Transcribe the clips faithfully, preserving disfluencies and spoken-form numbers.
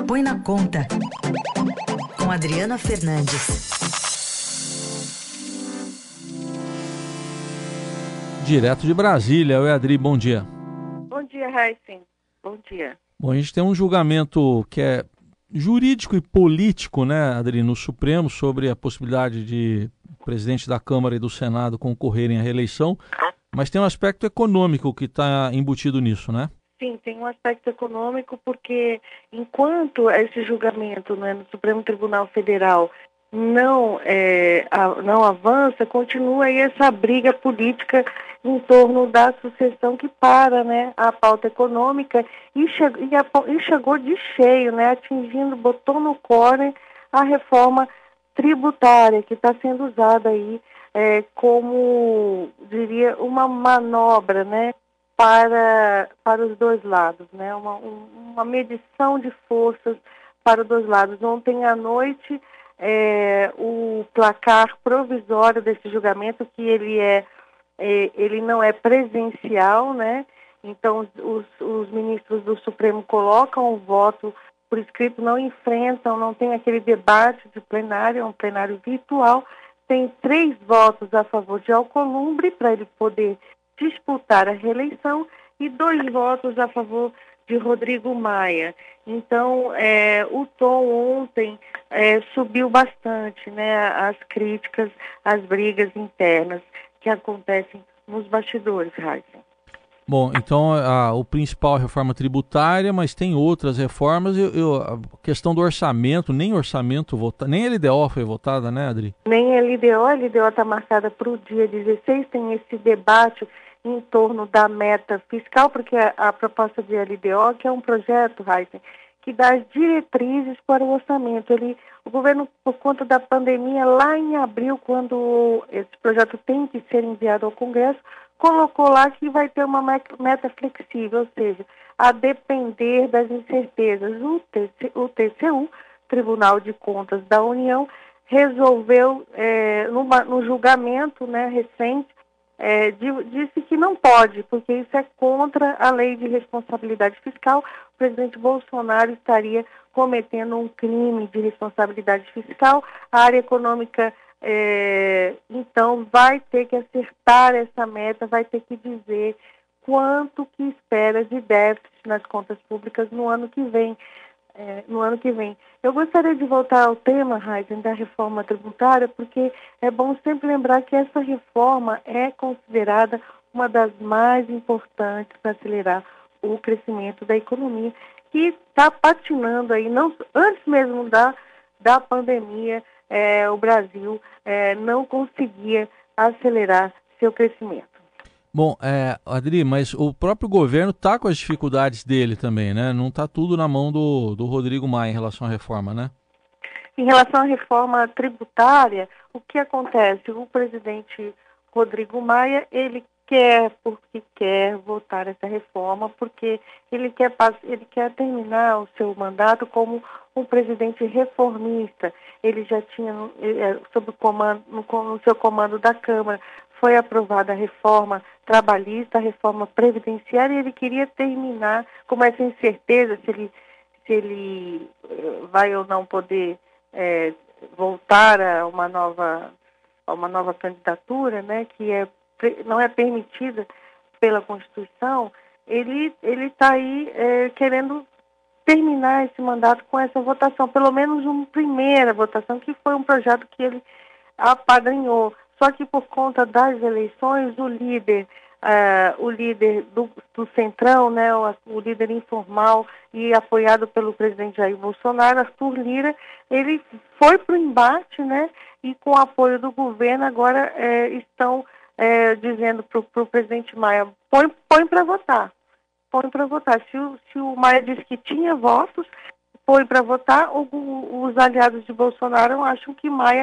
Põe na Conta, com Adriana Fernandes. Direto de Brasília. Oi, Adri, bom dia. Bom dia, Raíssen. Bom dia. Bom, a gente tem um julgamento que é jurídico e político, né, Adri, no Supremo, sobre a possibilidade de o presidente da Câmara e do Senado concorrerem à reeleição, mas tem um aspecto econômico que está embutido nisso, né? Sim, tem um aspecto econômico porque enquanto esse julgamento, né, no Supremo Tribunal Federal não, é, a, não avança, continua aí essa briga política em torno da sucessão que para, né, a pauta econômica e, che e, a, e chegou de cheio, né, atingindo, botou no core a reforma tributária que está sendo usada aí é, como, diria, uma manobra, né, para, para os dois lados, né, uma, um, uma medição de forças para os dois lados. Ontem à noite, é, o placar provisório desse julgamento, que ele é ele não é presencial, né? Então os, os ministros do Supremo colocam o voto por escrito, não enfrentam, não tem aquele debate de plenário, é um plenário virtual, tem três votos a favor de Alcolumbre para ele poder disputar a reeleição e dois votos a favor de Rodrigo Maia. Então é, o tom ontem é, subiu bastante, né? As críticas, as brigas internas que acontecem nos bastidores, Raíssen. Bom, então a, o principal é a reforma tributária, mas tem outras reformas. Eu, eu, a questão do orçamento, nem orçamento votado, nem a L D O foi votada, né, Adri? Nem a L D O, a L D O está marcada para o dia dezesseis, tem esse debate em torno da meta fiscal, porque a, a proposta de L D O, que é um projeto, Raíssen, que dá as diretrizes para o orçamento. Ele, o governo, por conta da pandemia, lá em abril, quando esse projeto tem que ser enviado ao Congresso, colocou lá que vai ter uma meta flexível, ou seja, a depender das incertezas. O, TC, o T C U, Tribunal de Contas da União, resolveu, é, numa, no julgamento, né, recente, É, disse que não pode, porque isso é contra a lei de responsabilidade fiscal. O presidente Bolsonaro estaria cometendo um crime de responsabilidade fiscal. A área econômica, é, então, vai ter que acertar essa meta, vai ter que dizer quanto que espera de déficit nas contas públicas no ano que vem. É, no ano que vem. Eu gostaria de voltar ao tema, Raíssen, da reforma tributária, porque é bom sempre lembrar que essa reforma é considerada uma das mais importantes para acelerar o crescimento da economia, que está patinando aí, não, antes mesmo da, da pandemia, é, o Brasil é, não conseguia acelerar seu crescimento. Bom, é, Adri, mas o próprio governo está com as dificuldades dele também, né? Não está tudo na mão do, do Rodrigo Maia em relação à reforma, né? Em relação à reforma tributária, o que acontece? O presidente Rodrigo Maia, ele quer, porque quer votar essa reforma, porque ele quer, ele quer terminar o seu mandato como um presidente reformista. Ele já tinha, sob o comando, no, no seu comando da Câmara, foi aprovada a reforma trabalhista, a reforma previdenciária, e ele queria terminar com essa incerteza se ele, se ele vai ou não poder é, voltar a uma nova, a uma nova candidatura, né, que é, não é permitida pela Constituição. Ele ele está aí é, querendo terminar esse mandato com essa votação, pelo menos uma primeira votação, que foi um projeto que ele apadrinhou. Só que por conta das eleições, o líder, uh, o líder do, do Centrão, né, o, o líder informal e apoiado pelo presidente Jair Bolsonaro, Arthur Lira, ele foi para o embate, né, e com o apoio do governo agora é, estão é, dizendo para o presidente Maia, põe, põe para votar, põe para votar. Se o, se o Maia disse que tinha votos, põe para votar, o, o, os aliados de Bolsonaro acham que Maia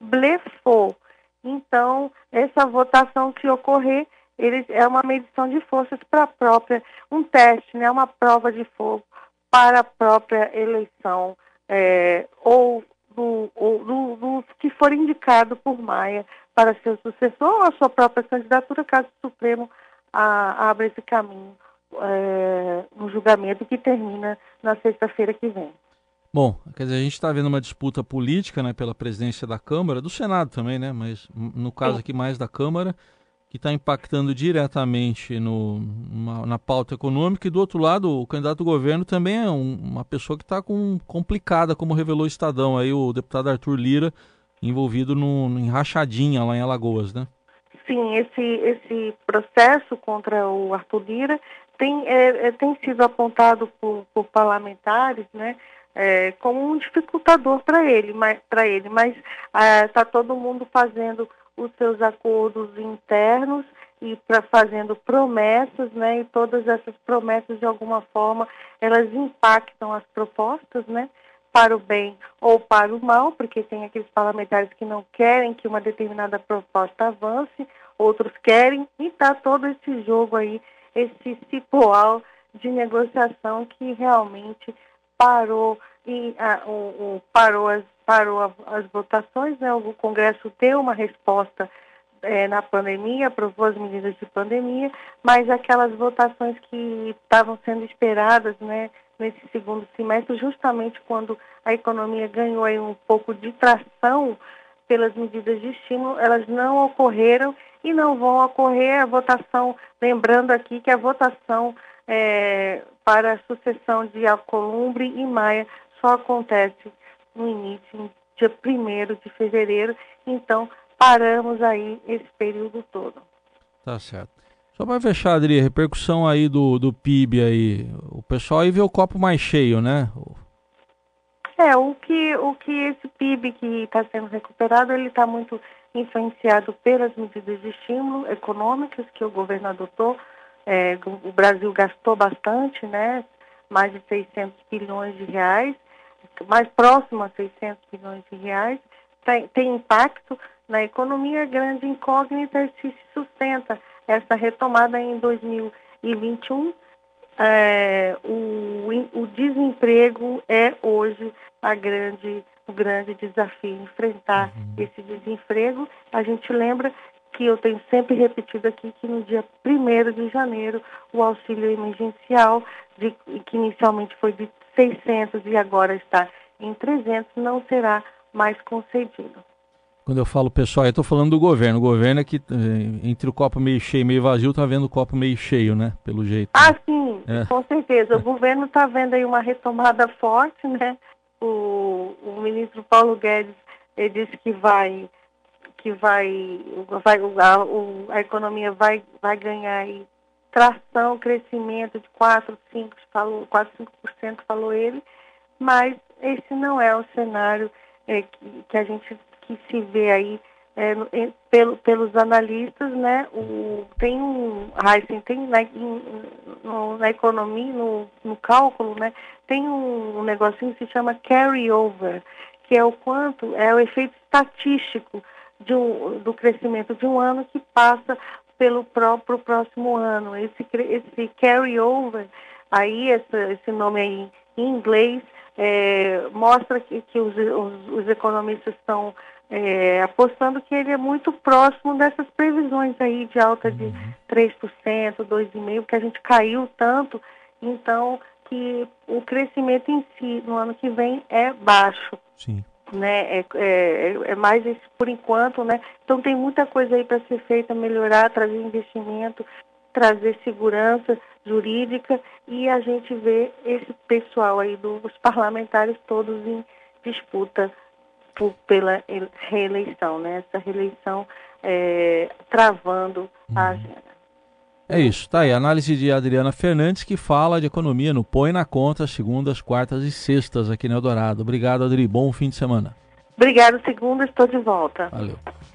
blefou. Então, essa votação que ocorrer, ele, é uma medição de forças para a própria, um teste, né, uma prova de fogo para a própria eleição, é, ou, do, ou do, do que for indicado por Maia para seu sucessor, ou a sua própria candidatura, caso o Supremo a, abra esse caminho é, no julgamento que termina na sexta-feira que vem. Bom, quer dizer, a gente está vendo uma disputa política, né, pela presidência da Câmara, do Senado também, né, mas no caso aqui mais da Câmara, que está impactando diretamente no, numa, na pauta econômica, e do outro lado, o candidato do governo também é um, uma pessoa que está com, complicada, como revelou o Estadão, aí o deputado Arthur Lira, envolvido no, em rachadinha lá em Alagoas, né? Sim, esse, esse processo contra o Arthur Lira tem, é, é, tem sido apontado por, por parlamentares, né, é, como um dificultador para ele, mas, para ele, mas está todo mundo fazendo os seus acordos internos e pra, fazendo promessas, né, e todas essas promessas, de alguma forma, elas impactam as propostas, né, para o bem ou para o mal, porque tem aqueles parlamentares que não querem que uma determinada proposta avance, outros querem, e está todo esse jogo aí, esse cipoal de negociação que realmente parou, e, a, o, o, parou, as, parou a, as votações, né? O Congresso deu uma resposta é, na pandemia, aprovou as medidas de pandemia, mas aquelas votações que estavam sendo esperadas, né, nesse segundo semestre, justamente quando a economia ganhou aí um pouco de tração pelas medidas de estímulo, elas não ocorreram e não vão ocorrer. A votação, lembrando aqui que a votação é, para a sucessão de Alcolumbre e Maia só acontece no início, dia primeiro de fevereiro, então paramos aí esse período todo. Tá certo. Só para fechar, Adri, a repercussão aí do, do P I B aí, o pessoal aí vê o copo mais cheio, né? É, o que, o que esse P I B que está sendo recuperado, ele está muito influenciado pelas medidas de estímulo econômicas que o governo adotou. É, o Brasil gastou bastante, né? Mais de seiscentos bilhões de reais, mais próximo a seiscentos bilhões de reais. Tem, tem impacto na economia, grande incógnita se se sustenta essa retomada em dois mil e vinte e um. É, o, o desemprego é hoje a grande, o grande desafio, enfrentar uhum. esse desemprego. A gente lembra que eu tenho sempre repetido aqui que no dia primeiro de janeiro o auxílio emergencial, de, que inicialmente foi de seiscentos e agora está em trezentos, não será mais concedido. Quando eu falo pessoal, eu estou falando do governo. O governo é que entre o copo meio cheio e meio vazio está vendo o copo meio cheio, né? Pelo jeito. Ah, sim, é. Com certeza. O governo está vendo aí uma retomada forte, né? O, o ministro Paulo Guedes ele disse que vai, que vai, vai a, a economia vai, vai ganhar aí tração, crescimento de quatro, cinco por cento, falou ele, mas esse não é o cenário é, que, que a gente que se vê aí é, em, pelo, pelos analistas, né? O, tem um, Heisen, tem na, em, no, na economia, no, no cálculo, né? Tem um, um negocinho que se chama carry-over, que é o quanto, é o efeito estatístico de um, do crescimento de um ano que passa pelo próprio próximo ano. Esse, esse carry-over, aí, esse, esse nome aí em inglês, é, mostra que, que os, os, os economistas estão é, apostando que ele é muito próximo dessas previsões aí de alta de três por cento, dois vírgula cinco por cento, que a gente caiu tanto, então que o crescimento em si no ano que vem é baixo. Sim. Né? É, é, é mais esse por enquanto, né? Então tem muita coisa aí para ser feita, melhorar, trazer investimento, trazer segurança jurídica, e a gente vê esse pessoal aí dos parlamentares todos em disputa por, pela reeleição, né? Essa reeleição é, travando hum. a agenda. É isso, tá aí, análise de Adriana Fernandes, que fala de economia no Põe na Conta, segundas, quartas e sextas aqui no Eldorado. Obrigado, Adri, bom fim de semana. Obrigado, segunda, estou de volta. Valeu.